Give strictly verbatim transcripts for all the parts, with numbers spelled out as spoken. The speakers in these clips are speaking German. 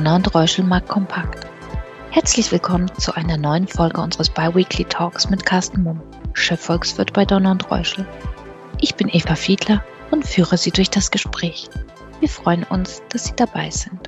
Donner und Reuschel Markt Kompakt. Herzlich willkommen zu einer neuen Folge unseres Bi-Weekly Talks mit Carsten Mumm, Chefvolkswirt bei Donner und Reuschel. Ich bin Eva Fiedler und führe Sie durch das Gespräch. Wir freuen uns, dass Sie dabei sind.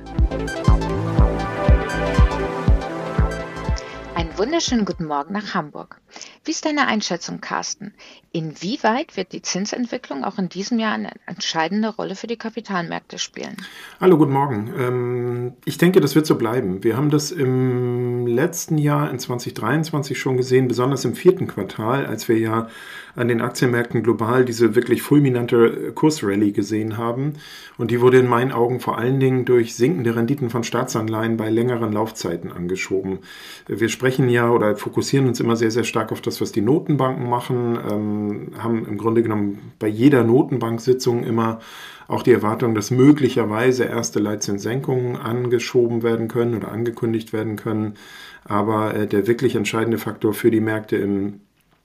Einen wunderschönen guten Morgen nach Hamburg. Wie ist deine Einschätzung, Carsten? Inwieweit wird die Zinsentwicklung auch in diesem Jahr eine entscheidende Rolle für die Kapitalmärkte spielen? Hallo, guten Morgen. Ähm, ich denke, das wird so bleiben. Wir haben das im letzten Jahr in zwanzig dreiundzwanzig schon gesehen, besonders im vierten Quartal, als wir ja an den Aktienmärkten global diese wirklich fulminante Kursrallye gesehen haben. Und die wurde in meinen Augen vor allen Dingen durch sinkende Renditen von Staatsanleihen bei längeren Laufzeiten angeschoben. Wir sprechen ja oder fokussieren uns immer sehr, sehr stark auf das, was die Notenbanken machen, ähm, haben im Grunde genommen bei jeder Notenbanksitzung immer auch die Erwartung, dass möglicherweise erste Leitzinssenkungen angeschoben werden können oder angekündigt werden können. Aber äh, der wirklich entscheidende Faktor für die Märkte im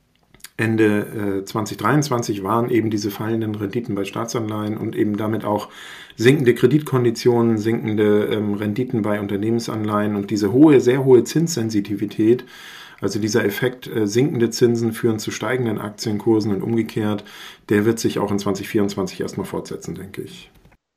Ende äh, zwanzig dreiundzwanzig waren eben diese fallenden Renditen bei Staatsanleihen und eben damit auch sinkende Kreditkonditionen, sinkende ähm, Renditen bei Unternehmensanleihen und diese hohe, sehr hohe Zinssensitivität. Also dieser Effekt, äh, sinkende Zinsen führen zu steigenden Aktienkursen und umgekehrt, der wird sich auch in zwanzig vierundzwanzig erstmal fortsetzen, denke ich.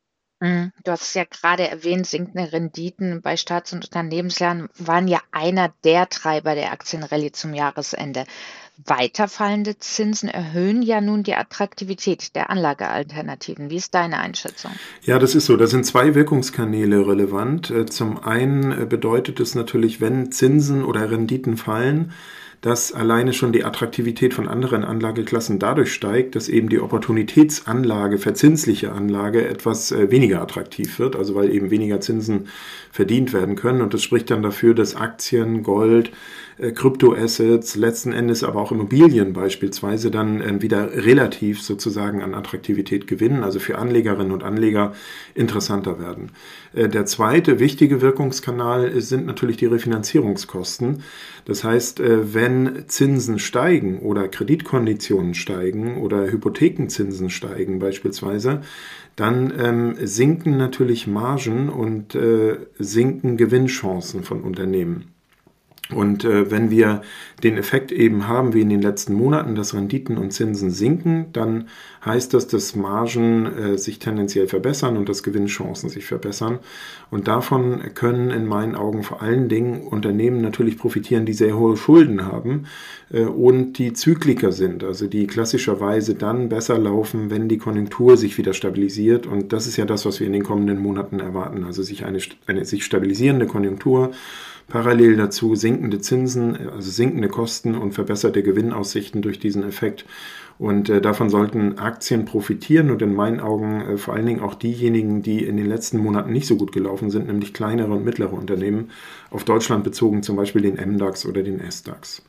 Du hast es ja gerade erwähnt, sinkende Renditen bei Staats- und Unternehmensanleihen waren ja einer der Treiber der Aktienrallye zum Jahresende. Weiter fallende Zinsen erhöhen ja nun die Attraktivität der Anlagealternativen. Wie ist deine Einschätzung? Ja, das ist so. Da sind zwei Wirkungskanäle relevant. Zum einen bedeutet es natürlich, wenn Zinsen oder Renditen fallen, dass alleine schon die Attraktivität von anderen Anlageklassen dadurch steigt, dass eben die Opportunitätsanlage, verzinsliche Anlage etwas weniger attraktiv wird, also weil eben weniger Zinsen verdient werden können. Und das spricht dann dafür, dass Aktien, Gold, Kryptoassets, letzten Endes aber auch Immobilien beispielsweise dann wieder relativ sozusagen an Attraktivität gewinnen, also für Anlegerinnen und Anleger interessanter werden. Der zweite wichtige Wirkungskanal sind natürlich die Refinanzierungskosten. Das heißt, wenn Zinsen steigen oder Kreditkonditionen steigen oder Hypothekenzinsen steigen beispielsweise, dann ähm, sinken natürlich Margen und äh, sinken Gewinnchancen von Unternehmen. Und äh, wenn wir den Effekt eben haben, wie in den letzten Monaten, dass Renditen und Zinsen sinken, dann heißt das, dass Margen äh, sich tendenziell verbessern und dass Gewinnchancen sich verbessern. Und davon können in meinen Augen vor allen Dingen Unternehmen natürlich profitieren, die sehr hohe Schulden haben äh, und die Zykliker sind, also die klassischerweise dann besser laufen, wenn die Konjunktur sich wieder stabilisiert. Und das ist ja das, was wir in den kommenden Monaten erwarten, also sich eine, eine sich stabilisierende Konjunktur, parallel dazu sinkende Zinsen, also sinkende Kosten und verbesserte Gewinnaussichten durch diesen Effekt. Und äh, davon sollten Aktien profitieren und in meinen Augen äh, vor allen Dingen auch diejenigen, die in den letzten Monaten nicht so gut gelaufen sind, nämlich kleinere und mittlere Unternehmen, auf Deutschland bezogen zum Beispiel den M DAX oder den S DAX.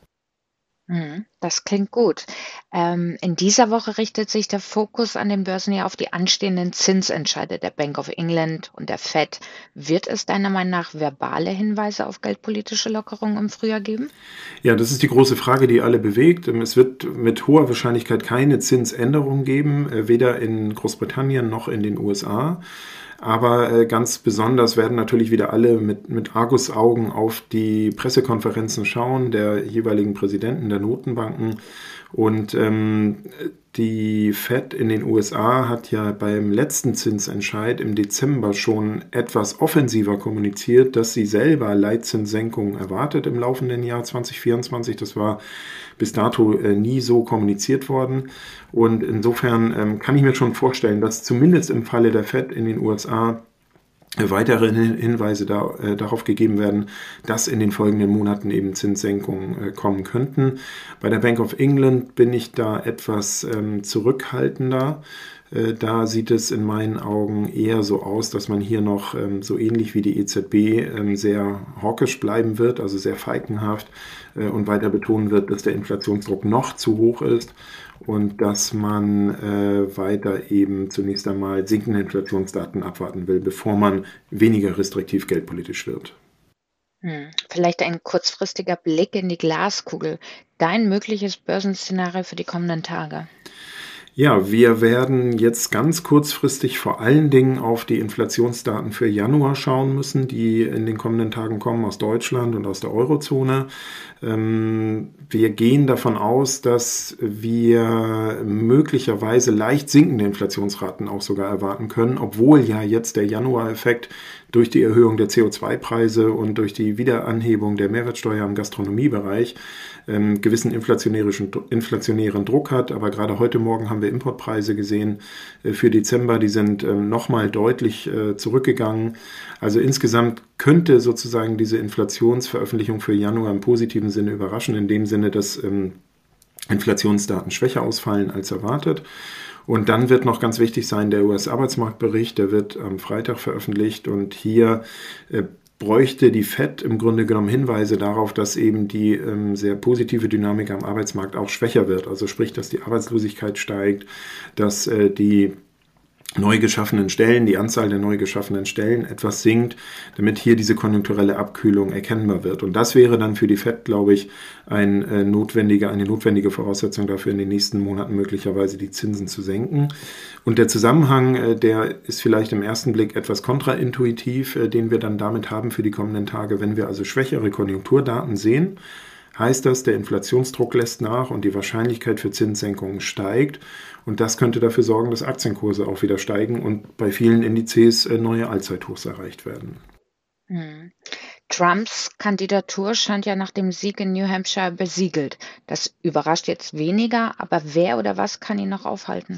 Das klingt gut. Ähm, in dieser Woche richtet sich der Fokus an den Börsen ja auf die anstehenden Zinsentscheide der Bank of England und der Fed. Wird es deiner Meinung nach verbale Hinweise auf geldpolitische Lockerungen im Frühjahr geben? Ja, das ist die große Frage, die alle bewegt. Es wird mit hoher Wahrscheinlichkeit keine Zinsänderung geben, weder in Großbritannien noch in den U S A. Aber äh, ganz besonders werden natürlich wieder alle mit, mit Argusaugen auf die Pressekonferenzen schauen, der jeweiligen Präsidenten der Notenbanken. Und ähm, die Fed in den U S A hat ja beim letzten Zinsentscheid im Dezember schon etwas offensiver kommuniziert, dass sie selber Leitzinssenkungen erwartet im laufenden Jahr zwanzig vierundzwanzig. Das war bis dato äh, nie so kommuniziert worden. Und insofern ähm, kann ich mir schon vorstellen, dass zumindest im Falle der Fed in den U S A weitere Hinweise da, äh, darauf gegeben werden, dass in den folgenden Monaten eben Zinssenkungen äh, kommen könnten. Bei der Bank of England bin ich da etwas ähm, zurückhaltender. Äh, da sieht es in meinen Augen eher so aus, dass man hier noch ähm, so ähnlich wie die E Z B ähm, sehr hawkisch bleiben wird, also sehr feigenhaft äh, und weiter betonen wird, dass der Inflationsdruck noch zu hoch ist und dass man äh, weiter eben zunächst einmal sinkende Inflationsdaten abwarten will, bevor man weniger restriktiv geldpolitisch wird. Hm. Vielleicht ein kurzfristiger Blick in die Glaskugel. Dein mögliches Börsenszenario für die kommenden Tage. Ja, wir werden jetzt ganz kurzfristig vor allen Dingen auf die Inflationsdaten für Januar schauen müssen, die in den kommenden Tagen kommen aus Deutschland und aus der Eurozone. Ähm, wir gehen davon aus, dass wir möglicherweise leicht sinkende Inflationsraten auch sogar erwarten können, obwohl ja jetzt der Januar-Effekt durch die Erhöhung der C O zwei Preise und durch die Wiederanhebung der Mehrwertsteuer im Gastronomiebereich ähm, gewissen inflationärischen, inflationären Druck hat. Aber gerade heute Morgen haben wir Importpreise gesehen äh, für Dezember, die sind ähm, nochmal deutlich äh, zurückgegangen. Also insgesamt könnte sozusagen diese Inflationsveröffentlichung für Januar im positiven Sinne überraschen, in dem Sinne, dass ähm, Inflationsdaten schwächer ausfallen als erwartet. Und dann wird noch ganz wichtig sein der U S-Arbeitsmarktbericht, der wird am Freitag veröffentlicht und hier äh, bräuchte die Fed im Grunde genommen Hinweise darauf, dass eben die ähm, sehr positive Dynamik am Arbeitsmarkt auch schwächer wird. Also sprich, dass die Arbeitslosigkeit steigt, dass äh, die neu geschaffenen Stellen, die Anzahl der neu geschaffenen Stellen etwas sinkt, damit hier diese konjunkturelle Abkühlung erkennbar wird. Und das wäre dann für die Fed, glaube ich, ein, äh, notwendige, eine notwendige Voraussetzung dafür, in den nächsten Monaten möglicherweise die Zinsen zu senken. Und der Zusammenhang, äh, der ist vielleicht im ersten Blick etwas kontraintuitiv, äh, den wir dann damit haben für die kommenden Tage. Wenn wir also schwächere Konjunkturdaten sehen, heißt das, der Inflationsdruck lässt nach und die Wahrscheinlichkeit für Zinssenkungen steigt. Und das könnte dafür sorgen, dass Aktienkurse auch wieder steigen und bei vielen Indizes neue Allzeithochs erreicht werden. Hm. Trumps Kandidatur scheint ja nach dem Sieg in New Hampshire besiegelt. Das überrascht jetzt weniger, aber wer oder was kann ihn noch aufhalten?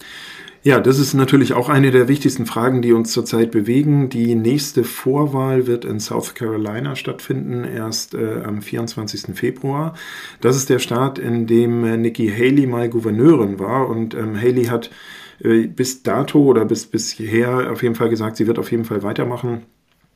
Ja, das ist natürlich auch eine der wichtigsten Fragen, die uns zurzeit bewegen. Die nächste Vorwahl wird in South Carolina stattfinden, erst äh, am vierundzwanzigsten Februar. Das ist der Staat, in dem äh, Nikki Haley mal Gouverneurin war. Und ähm, Haley hat äh, bis dato oder bis bisher auf jeden Fall gesagt, sie wird auf jeden Fall weitermachen.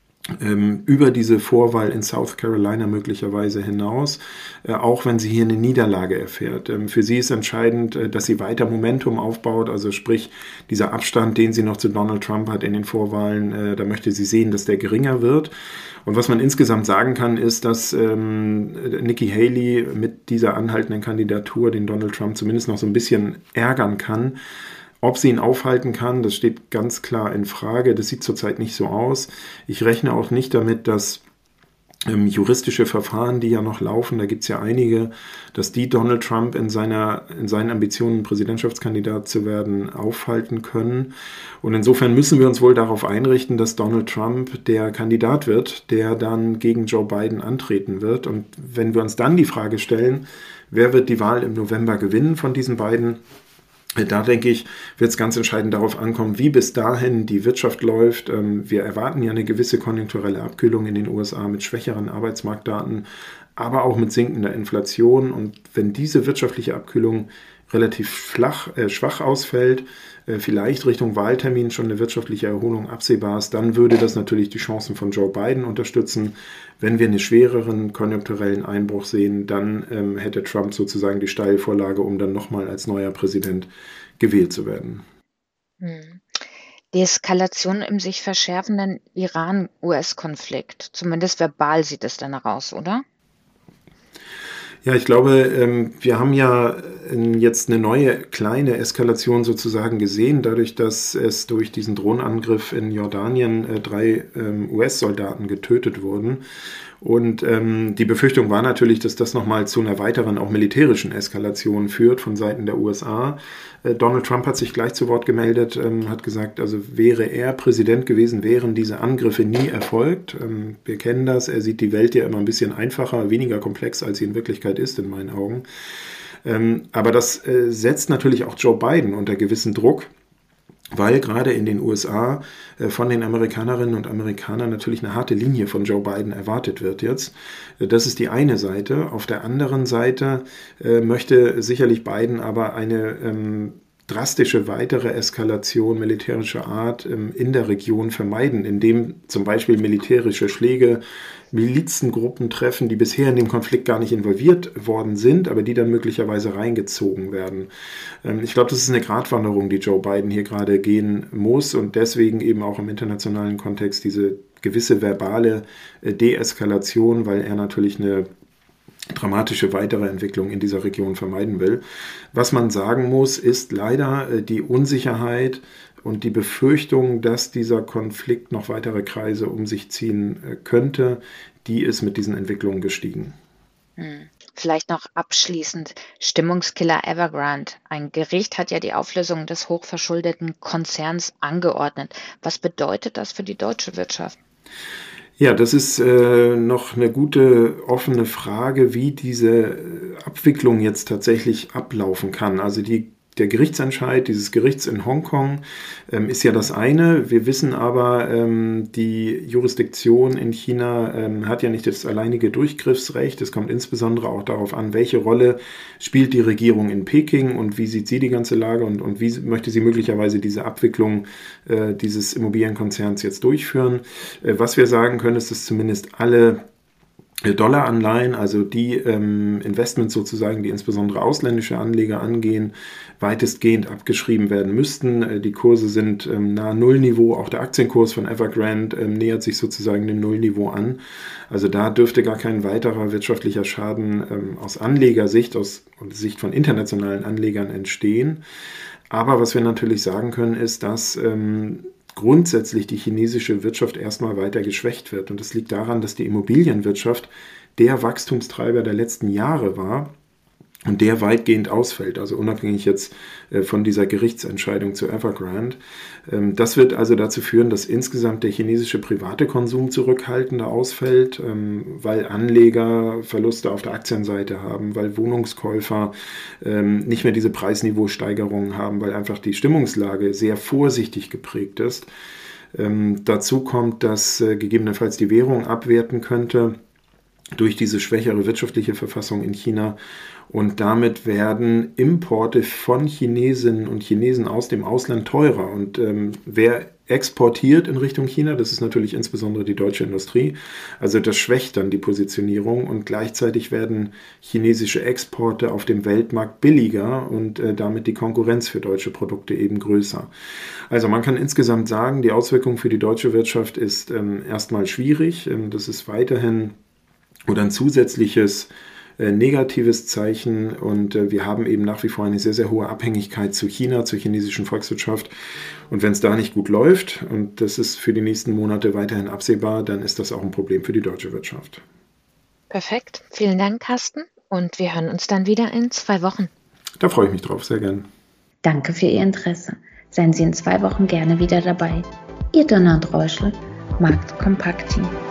Ähm, über diese Vorwahl in South Carolina möglicherweise hinaus, äh, auch wenn sie hier eine Niederlage erfährt. Ähm, für sie ist entscheidend, äh, dass sie weiter Momentum aufbaut, also sprich dieser Abstand, den sie noch zu Donald Trump hat in den Vorwahlen, äh, da möchte sie sehen, dass der geringer wird. Und was man insgesamt sagen kann, ist, dass ähm, Nikki Haley mit dieser anhaltenden Kandidatur den Donald Trump zumindest noch so ein bisschen ärgern kann. Ob sie ihn aufhalten kann, das steht ganz klar in Frage. Das sieht zurzeit nicht so aus. Ich rechne auch nicht damit, dass ähm, juristische Verfahren, die ja noch laufen, da gibt es ja einige, dass die Donald Trump in, seiner, in seinen Ambitionen, Präsidentschaftskandidat zu werden, aufhalten können. Und insofern müssen wir uns wohl darauf einrichten, dass Donald Trump der Kandidat wird, der dann gegen Joe Biden antreten wird. Und wenn wir uns dann die Frage stellen, wer wird die Wahl im November gewinnen von diesen beiden? Da denke ich, wird es ganz entscheidend darauf ankommen, wie bis dahin die Wirtschaft läuft. Wir erwarten ja eine gewisse konjunkturelle Abkühlung in den U S A mit schwächeren Arbeitsmarktdaten, aber auch mit sinkender Inflation. Und wenn diese wirtschaftliche Abkühlung relativ flach, äh, schwach ausfällt, äh, vielleicht Richtung Wahltermin schon eine wirtschaftliche Erholung absehbar ist, dann würde das natürlich die Chancen von Joe Biden unterstützen. Wenn wir einen schwereren konjunkturellen Einbruch sehen, dann ähm, hätte Trump sozusagen die Steilvorlage, um dann nochmal als neuer Präsident gewählt zu werden. Hm. Die Eskalation im sich verschärfenden Iran-U S-Konflikt, zumindest verbal sieht es danach aus, oder? Ja, ich glaube, wir haben ja jetzt eine neue kleine Eskalation sozusagen gesehen, dadurch, dass es durch diesen Drohnenangriff in Jordanien drei U S-Soldaten getötet wurden. Und ähm, die Befürchtung war natürlich, dass das nochmal zu einer weiteren, auch militärischen Eskalation führt von Seiten der U S A. Äh, Donald Trump hat sich gleich zu Wort gemeldet, ähm, hat gesagt, also wäre er Präsident gewesen, wären diese Angriffe nie erfolgt. Ähm, wir kennen das, er sieht die Welt ja immer ein bisschen einfacher, weniger komplex, als sie in Wirklichkeit ist, in meinen Augen. Ähm, aber das äh, setzt natürlich auch Joe Biden unter gewissen Druck, weil gerade in den U S A äh, von den Amerikanerinnen und Amerikanern natürlich eine harte Linie von Joe Biden erwartet wird jetzt. Äh, das ist die eine Seite. Auf der anderen Seite äh, möchte sicherlich Biden aber eine ähm, drastische weitere Eskalation militärischer Art ähm, in der Region vermeiden, indem zum Beispiel militärische Schläge Milizengruppen treffen, die bisher in dem Konflikt gar nicht involviert worden sind, aber die dann möglicherweise reingezogen werden. Ähm, ich glaube, das ist eine Gratwanderung, die Joe Biden hier gerade gehen muss und deswegen eben auch im internationalen Kontext diese gewisse verbale äh, Deeskalation, weil er natürlich eine dramatische weitere Entwicklung in dieser Region vermeiden will. Was man sagen muss, ist leider die Unsicherheit und die Befürchtung, dass dieser Konflikt noch weitere Kreise um sich ziehen könnte, die ist mit diesen Entwicklungen gestiegen. Hm. Vielleicht noch abschließend, Stimmungskiller Evergrande. Ein Gericht hat ja die Auflösung des hochverschuldeten Konzerns angeordnet. Was bedeutet das für die deutsche Wirtschaft? Ja, das ist äh, noch eine gute offene Frage, wie diese Abwicklung jetzt tatsächlich ablaufen kann. Also die Der Gerichtsentscheid dieses Gerichts in Hongkong ähm, ist ja das eine. Wir wissen aber, ähm, die Jurisdiktion in China ähm, hat ja nicht das alleinige Durchgriffsrecht. Es kommt insbesondere auch darauf an, welche Rolle spielt die Regierung in Peking und wie sieht sie die ganze Lage und, und wie möchte sie möglicherweise diese Abwicklung äh, dieses Immobilienkonzerns jetzt durchführen. Äh, was wir sagen können, ist, dass zumindest alle Dollaranleihen, also die ähm, Investments sozusagen, die insbesondere ausländische Anleger angehen, weitestgehend abgeschrieben werden müssten. Äh, die Kurse sind ähm, nahe Nullniveau, auch der Aktienkurs von Evergrande ähm, nähert sich sozusagen dem Nullniveau an. Also da dürfte gar kein weiterer wirtschaftlicher Schaden ähm, aus Anlegersicht, aus Sicht von internationalen Anlegern entstehen. Aber was wir natürlich sagen können, ist, dass ähm, grundsätzlich die chinesische Wirtschaft erstmal weiter geschwächt wird. Und das liegt daran, dass die Immobilienwirtschaft der Wachstumstreiber der letzten Jahre war und der weitgehend ausfällt, also unabhängig jetzt von dieser Gerichtsentscheidung zu Evergrande. Das wird also dazu führen, dass insgesamt der chinesische private Konsum zurückhaltender ausfällt, weil Anleger Verluste auf der Aktienseite haben, weil Wohnungskäufer nicht mehr diese Preisniveausteigerungen haben, weil einfach die Stimmungslage sehr vorsichtig geprägt ist. Dazu kommt, dass gegebenenfalls die Währung abwerten könnte durch diese schwächere wirtschaftliche Verfassung in China. Und damit werden Importe von Chinesinnen und Chinesen aus dem Ausland teurer. Und ähm, wer exportiert in Richtung China, das ist natürlich insbesondere die deutsche Industrie. Also das schwächt dann die Positionierung und gleichzeitig werden chinesische Exporte auf dem Weltmarkt billiger und äh, damit die Konkurrenz für deutsche Produkte eben größer. Also man kann insgesamt sagen, die Auswirkung für die deutsche Wirtschaft ist ähm, erstmal schwierig. Ähm, das ist weiterhin oder ein zusätzliches äh, negatives Zeichen und äh, wir haben eben nach wie vor eine sehr, sehr hohe Abhängigkeit zu China, zur chinesischen Volkswirtschaft und wenn es da nicht gut läuft und das ist für die nächsten Monate weiterhin absehbar, dann ist das auch ein Problem für die deutsche Wirtschaft. Perfekt, vielen Dank, Carsten, und wir hören uns dann wieder in zwei Wochen. Da freue ich mich drauf, sehr gern. Danke für Ihr Interesse. Seien Sie in zwei Wochen gerne wieder dabei. Ihr Donner und Reuschel, Markt Kompakt Team.